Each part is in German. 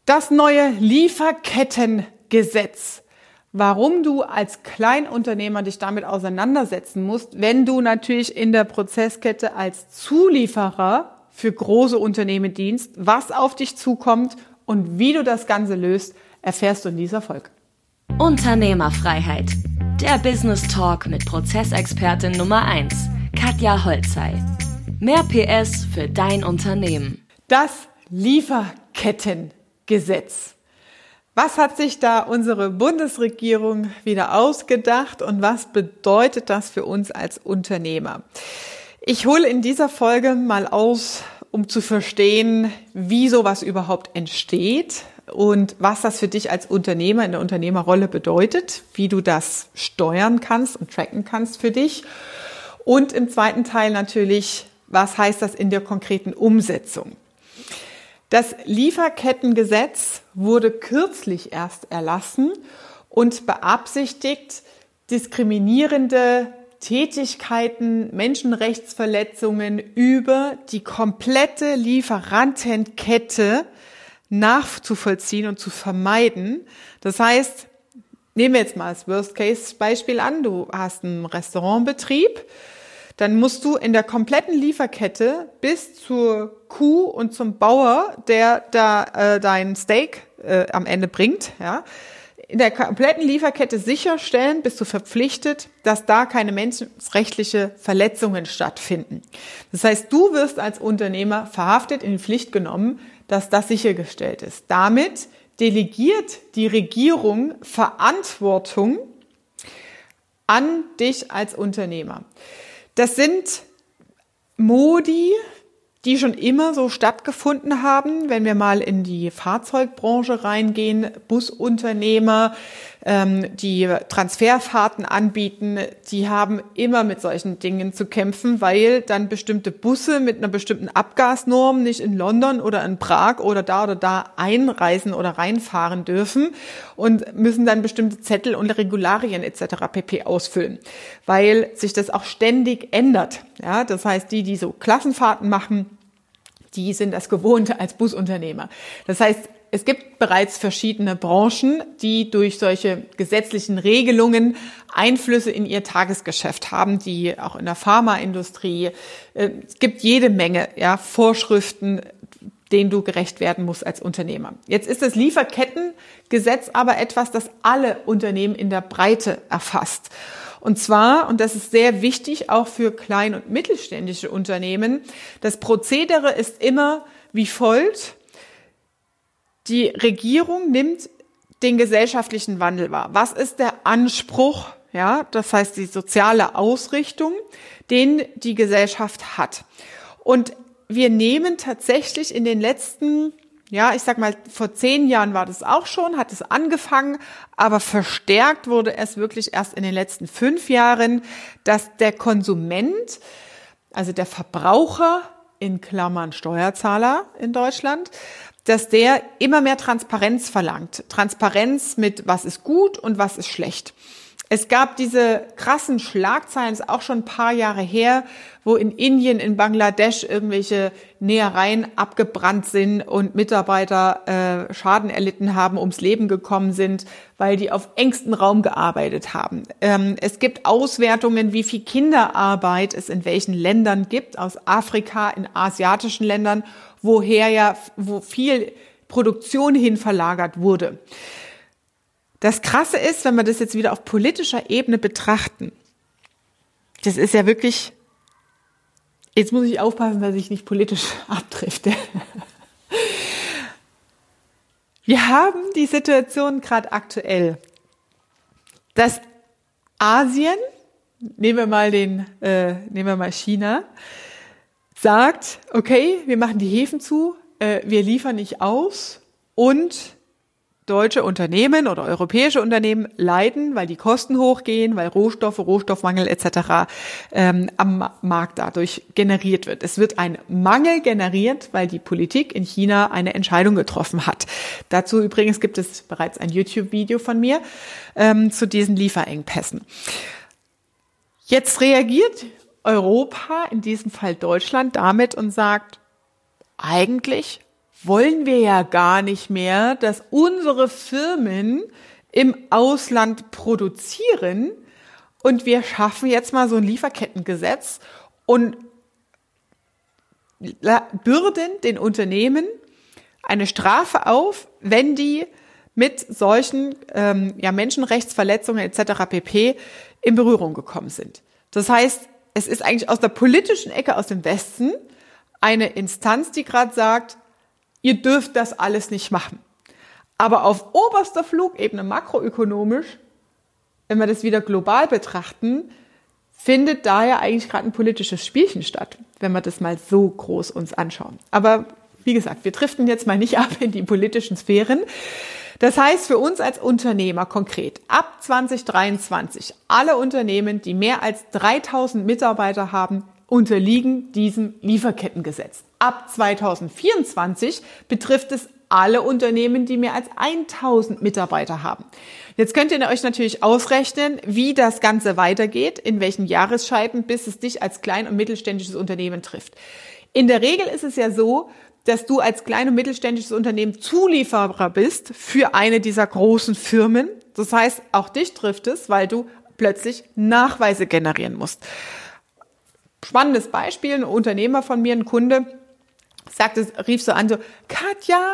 Das neue Lieferkettengesetz. Warum du als Kleinunternehmer dich damit auseinandersetzen musst, wenn du natürlich in der Prozesskette als Zulieferer für große Unternehmen dienst, was auf dich zukommt und wie du das Ganze löst, erfährst du in dieser Folge. Unternehmerfreiheit. Der Business Talk mit Prozessexpertin Nummer 1, Katja Holzei. Mehr PS für dein Unternehmen. Das Lieferkettengesetz. Was hat sich da unsere Bundesregierung wieder ausgedacht und was bedeutet das für uns als Unternehmer? Ich hole in dieser Folge mal aus, um zu verstehen, wie sowas überhaupt entsteht und was das für dich als Unternehmer in der Unternehmerrolle bedeutet, wie du das steuern kannst und tracken kannst für dich. Und im zweiten Teil natürlich, was heißt das in der konkreten Umsetzung? Das Lieferkettengesetz wurde kürzlich erst erlassen und beabsichtigt, diskriminierende Tätigkeiten, Menschenrechtsverletzungen über die komplette Lieferantenkette nachzuvollziehen und zu vermeiden. Das heißt, nehmen wir jetzt mal als Worst-Case-Beispiel an, du hast einen Restaurantbetrieb, dann musst du in der kompletten Lieferkette bis zur Kuh und zum Bauer, der da dein Steak am Ende bringt, ja, in der kompletten Lieferkette sicherstellen, bist du verpflichtet, dass da keine menschenrechtliche Verletzungen stattfinden. Das heißt, du wirst als Unternehmer verhaftet, in die Pflicht genommen, dass das sichergestellt ist. Damit delegiert die Regierung Verantwortung an dich als Unternehmer. Das sind Modi, die schon immer so stattgefunden haben. Wenn wir mal in die Fahrzeugbranche reingehen, Busunternehmer, die Transferfahrten anbieten, die haben immer mit solchen Dingen zu kämpfen, weil dann bestimmte Busse mit einer bestimmten Abgasnorm nicht in London oder in Prag oder da einreisen oder reinfahren dürfen und müssen dann bestimmte Zettel und Regularien etc. pp. Ausfüllen, weil sich das auch ständig ändert. Ja, das heißt, die so Klassenfahrten machen, die sind das gewohnt als Busunternehmer. Das heißt, es gibt bereits verschiedene Branchen, die durch solche gesetzlichen Regelungen Einflüsse in ihr Tagesgeschäft haben, die auch in der Pharmaindustrie, es gibt jede Menge Vorschriften, denen du gerecht werden musst als Unternehmer. Jetzt ist das Lieferkettengesetz aber etwas, das alle Unternehmen in der Breite erfasst. Und zwar, und das ist sehr wichtig, auch für klein- und mittelständische Unternehmen, das Prozedere ist immer wie folgt. Die Regierung nimmt den gesellschaftlichen Wandel wahr. Was ist der Anspruch, das heißt die soziale Ausrichtung, den die Gesellschaft hat? Und wir nehmen tatsächlich in den letzten, ich sag mal, vor 10 Jahren war das auch schon, hat es angefangen, aber verstärkt wurde es wirklich erst in den letzten 5 Jahren, dass der Konsument, also der Verbraucher, in Klammern Steuerzahler in Deutschland, dass der immer mehr Transparenz verlangt. Transparenz mit, was ist gut und was ist schlecht. Es gab diese krassen Schlagzeilen, ist auch schon ein paar Jahre her, wo in Indien, in Bangladesch irgendwelche Nähereien abgebrannt sind und Mitarbeiter Schaden erlitten haben, ums Leben gekommen sind, weil die auf engstem Raum gearbeitet haben. Es gibt Auswertungen, wie viel Kinderarbeit es in welchen Ländern gibt, aus Afrika, in asiatischen Ländern, wo viel Produktion hin verlagert wurde. Das Krasse ist, wenn wir das jetzt wieder auf politischer Ebene betrachten, das ist ja wirklich, jetzt muss ich aufpassen, dass ich nicht politisch abdrifte. Wir haben die Situation gerade aktuell, dass Asien, nehmen wir mal China, sagt, okay, wir machen die Häfen zu, wir liefern nicht aus und deutsche Unternehmen oder europäische Unternehmen leiden, weil die Kosten hochgehen, weil Rohstoffmangel etc. Am Markt dadurch generiert wird. Es wird ein Mangel generiert, weil die Politik in China eine Entscheidung getroffen hat. Dazu übrigens gibt es bereits ein YouTube-Video von mir zu diesen Lieferengpässen. Jetzt reagiert Europa, in diesem Fall Deutschland, damit und sagt, eigentlich wollen wir ja gar nicht mehr, dass unsere Firmen im Ausland produzieren und wir schaffen jetzt mal so ein Lieferkettengesetz und bürden den Unternehmen eine Strafe auf, wenn die mit solchen Menschenrechtsverletzungen etc. pp. In Berührung gekommen sind. Das heißt, es ist eigentlich aus der politischen Ecke aus dem Westen eine Instanz, die gerade sagt, ihr dürft das alles nicht machen. Aber auf oberster Flugebene makroökonomisch, wenn wir das wieder global betrachten, findet da ja eigentlich gerade ein politisches Spielchen statt, wenn wir das mal so groß uns anschauen. Aber wie gesagt, wir driften jetzt mal nicht ab in die politischen Sphären. Das heißt für uns als Unternehmer konkret, ab 2023, alle Unternehmen, die mehr als 3000 Mitarbeiter haben, unterliegen diesem Lieferkettengesetz. Ab 2024 betrifft es alle Unternehmen, die mehr als 1000 Mitarbeiter haben. Jetzt könnt ihr euch natürlich ausrechnen, wie das Ganze weitergeht, in welchen Jahresscheiben, bis es dich als klein- und mittelständisches Unternehmen trifft. In der Regel ist es ja so, dass du als klein- und mittelständisches Unternehmen Zulieferer bist für eine dieser großen Firmen. Das heißt, auch dich trifft es, weil du plötzlich Nachweise generieren musst. Spannendes Beispiel, ein Unternehmer von mir, ein Kunde, rief so an, so, Katja,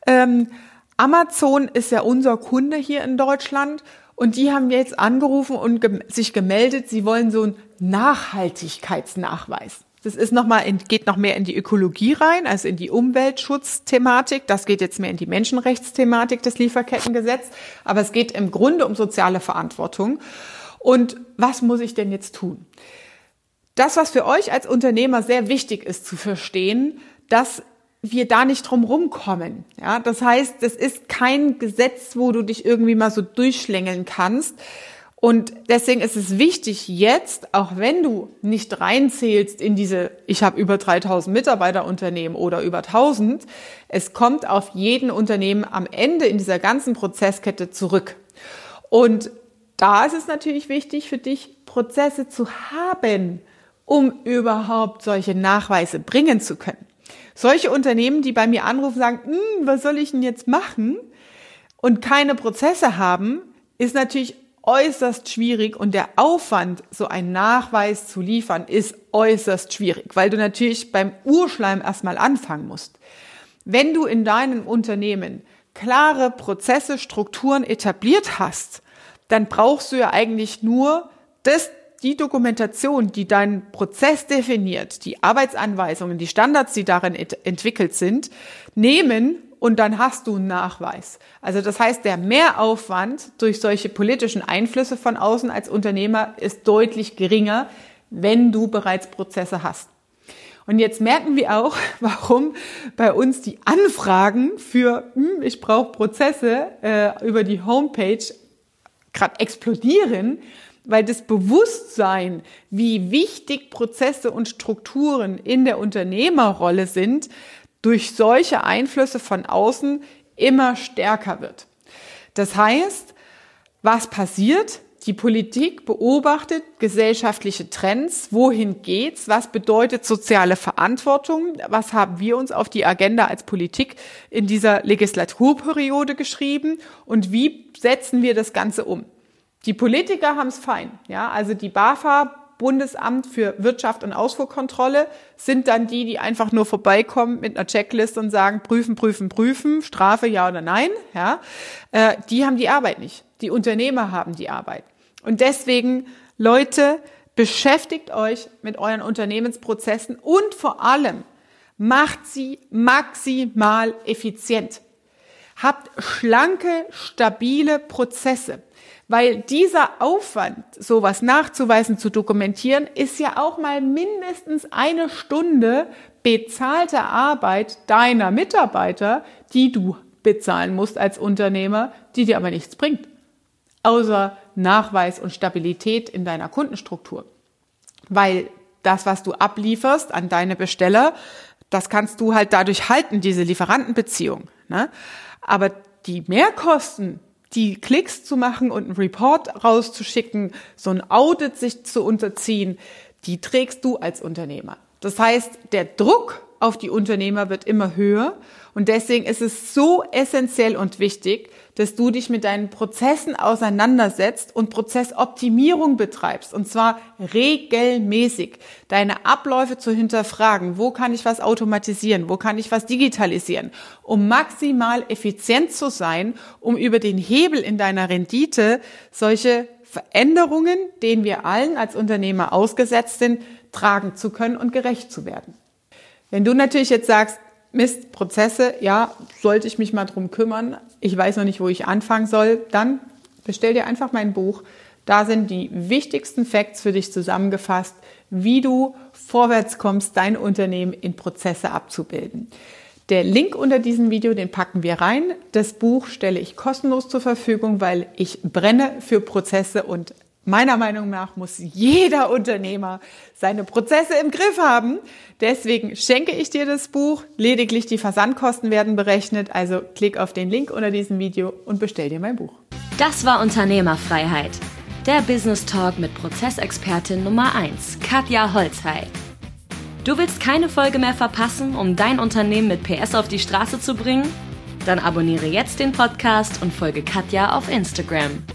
Amazon ist ja unser Kunde hier in Deutschland und die haben jetzt angerufen und sich gemeldet, sie wollen so einen Nachhaltigkeitsnachweis. Das ist geht noch mehr in die Ökologie rein, also in die Umweltschutzthematik. Das geht jetzt mehr in die Menschenrechtsthematik des Lieferkettengesetzes. Aber es geht im Grunde um soziale Verantwortung. Und was muss ich denn jetzt tun? Das, was für euch als Unternehmer sehr wichtig ist zu verstehen, dass wir da nicht drum rumkommen. Ja, das heißt, es ist kein Gesetz, wo du dich irgendwie mal so durchschlängeln kannst. Und deswegen ist es wichtig jetzt, auch wenn du nicht reinzählst in diese, ich habe über 3000 Mitarbeiter Unternehmen oder über 1000, es kommt auf jeden Unternehmen am Ende in dieser ganzen Prozesskette zurück. Und da ist es natürlich wichtig für dich, Prozesse zu haben, um überhaupt solche Nachweise bringen zu können. Solche Unternehmen, die bei mir anrufen, sagen, was soll ich denn jetzt machen? Und keine Prozesse haben, ist natürlich äußerst schwierig und der Aufwand, so einen Nachweis zu liefern, ist äußerst schwierig, weil du natürlich beim Urschleim erstmal anfangen musst. Wenn du in deinem Unternehmen klare Prozesse, Strukturen etabliert hast, dann brauchst du ja eigentlich nur die Dokumentation, die deinen Prozess definiert, die Arbeitsanweisungen, die Standards, die darin entwickelt sind, nehmen und dann hast du einen Nachweis. Also das heißt, der Mehraufwand durch solche politischen Einflüsse von außen als Unternehmer ist deutlich geringer, wenn du bereits Prozesse hast. Und jetzt merken wir auch, warum bei uns die Anfragen für ich brauche Prozesse über die Homepage gerade explodieren, weil das Bewusstsein, wie wichtig Prozesse und Strukturen in der Unternehmerrolle sind, durch solche Einflüsse von außen immer stärker wird. Das heißt, was passiert? Die Politik beobachtet gesellschaftliche Trends. Wohin geht's? Was bedeutet soziale Verantwortung? Was haben wir uns auf die Agenda als Politik in dieser Legislaturperiode geschrieben? Und wie setzen wir das Ganze um? Die Politiker haben es fein. Ja, also die BAFA, Bundesamt für Wirtschaft und Ausfuhrkontrolle, sind dann die einfach nur vorbeikommen mit einer Checkliste und sagen, prüfen, prüfen, prüfen, Strafe ja oder nein. Ja, die haben die Arbeit nicht. Die Unternehmer haben die Arbeit. Und deswegen, Leute, beschäftigt euch mit euren Unternehmensprozessen und vor allem macht sie maximal effizient. Habt schlanke, stabile Prozesse. Weil dieser Aufwand, sowas nachzuweisen, zu dokumentieren, ist ja auch mal mindestens 1 Stunde bezahlte Arbeit deiner Mitarbeiter, die du bezahlen musst als Unternehmer, die dir aber nichts bringt. Außer Nachweis und Stabilität in deiner Kundenstruktur. Weil das, was du ablieferst an deine Besteller, das kannst du halt dadurch halten, diese Lieferantenbeziehung. Ne? Aber die Mehrkosten, die Klicks zu machen und einen Report rauszuschicken, so ein Audit sich zu unterziehen, die trägst du als Unternehmer. Das heißt, der Druck auf die Unternehmer wird immer höher Und deswegen ist es so essentiell und wichtig, dass du dich mit deinen Prozessen auseinandersetzt und Prozessoptimierung betreibst. Und zwar regelmäßig. Deine Abläufe zu hinterfragen. Wo kann ich was automatisieren? Wo kann ich was digitalisieren? Um maximal effizient zu sein, um über den Hebel in deiner Rendite solche Veränderungen, denen wir allen als Unternehmer ausgesetzt sind, tragen zu können und gerecht zu werden. Wenn du natürlich jetzt sagst, Mist, Prozesse, ja, sollte ich mich mal drum kümmern, ich weiß noch nicht, wo ich anfangen soll, dann bestell dir einfach mein Buch. Da sind die wichtigsten Facts für dich zusammengefasst, wie du vorwärts kommst, dein Unternehmen in Prozesse abzubilden. Der Link unter diesem Video, den packen wir rein. Das Buch stelle ich kostenlos zur Verfügung, weil ich brenne für Prozesse und meiner Meinung nach muss jeder Unternehmer seine Prozesse im Griff haben. Deswegen schenke ich dir das Buch. Lediglich die Versandkosten werden berechnet. Also klick auf den Link unter diesem Video und bestell dir mein Buch. Das war Unternehmerfreiheit. Der Business Talk mit Prozessexpertin Nummer 1, Katja Holzhey. Du willst keine Folge mehr verpassen, um dein Unternehmen mit PS auf die Straße zu bringen? Dann abonniere jetzt den Podcast und folge Katja auf Instagram.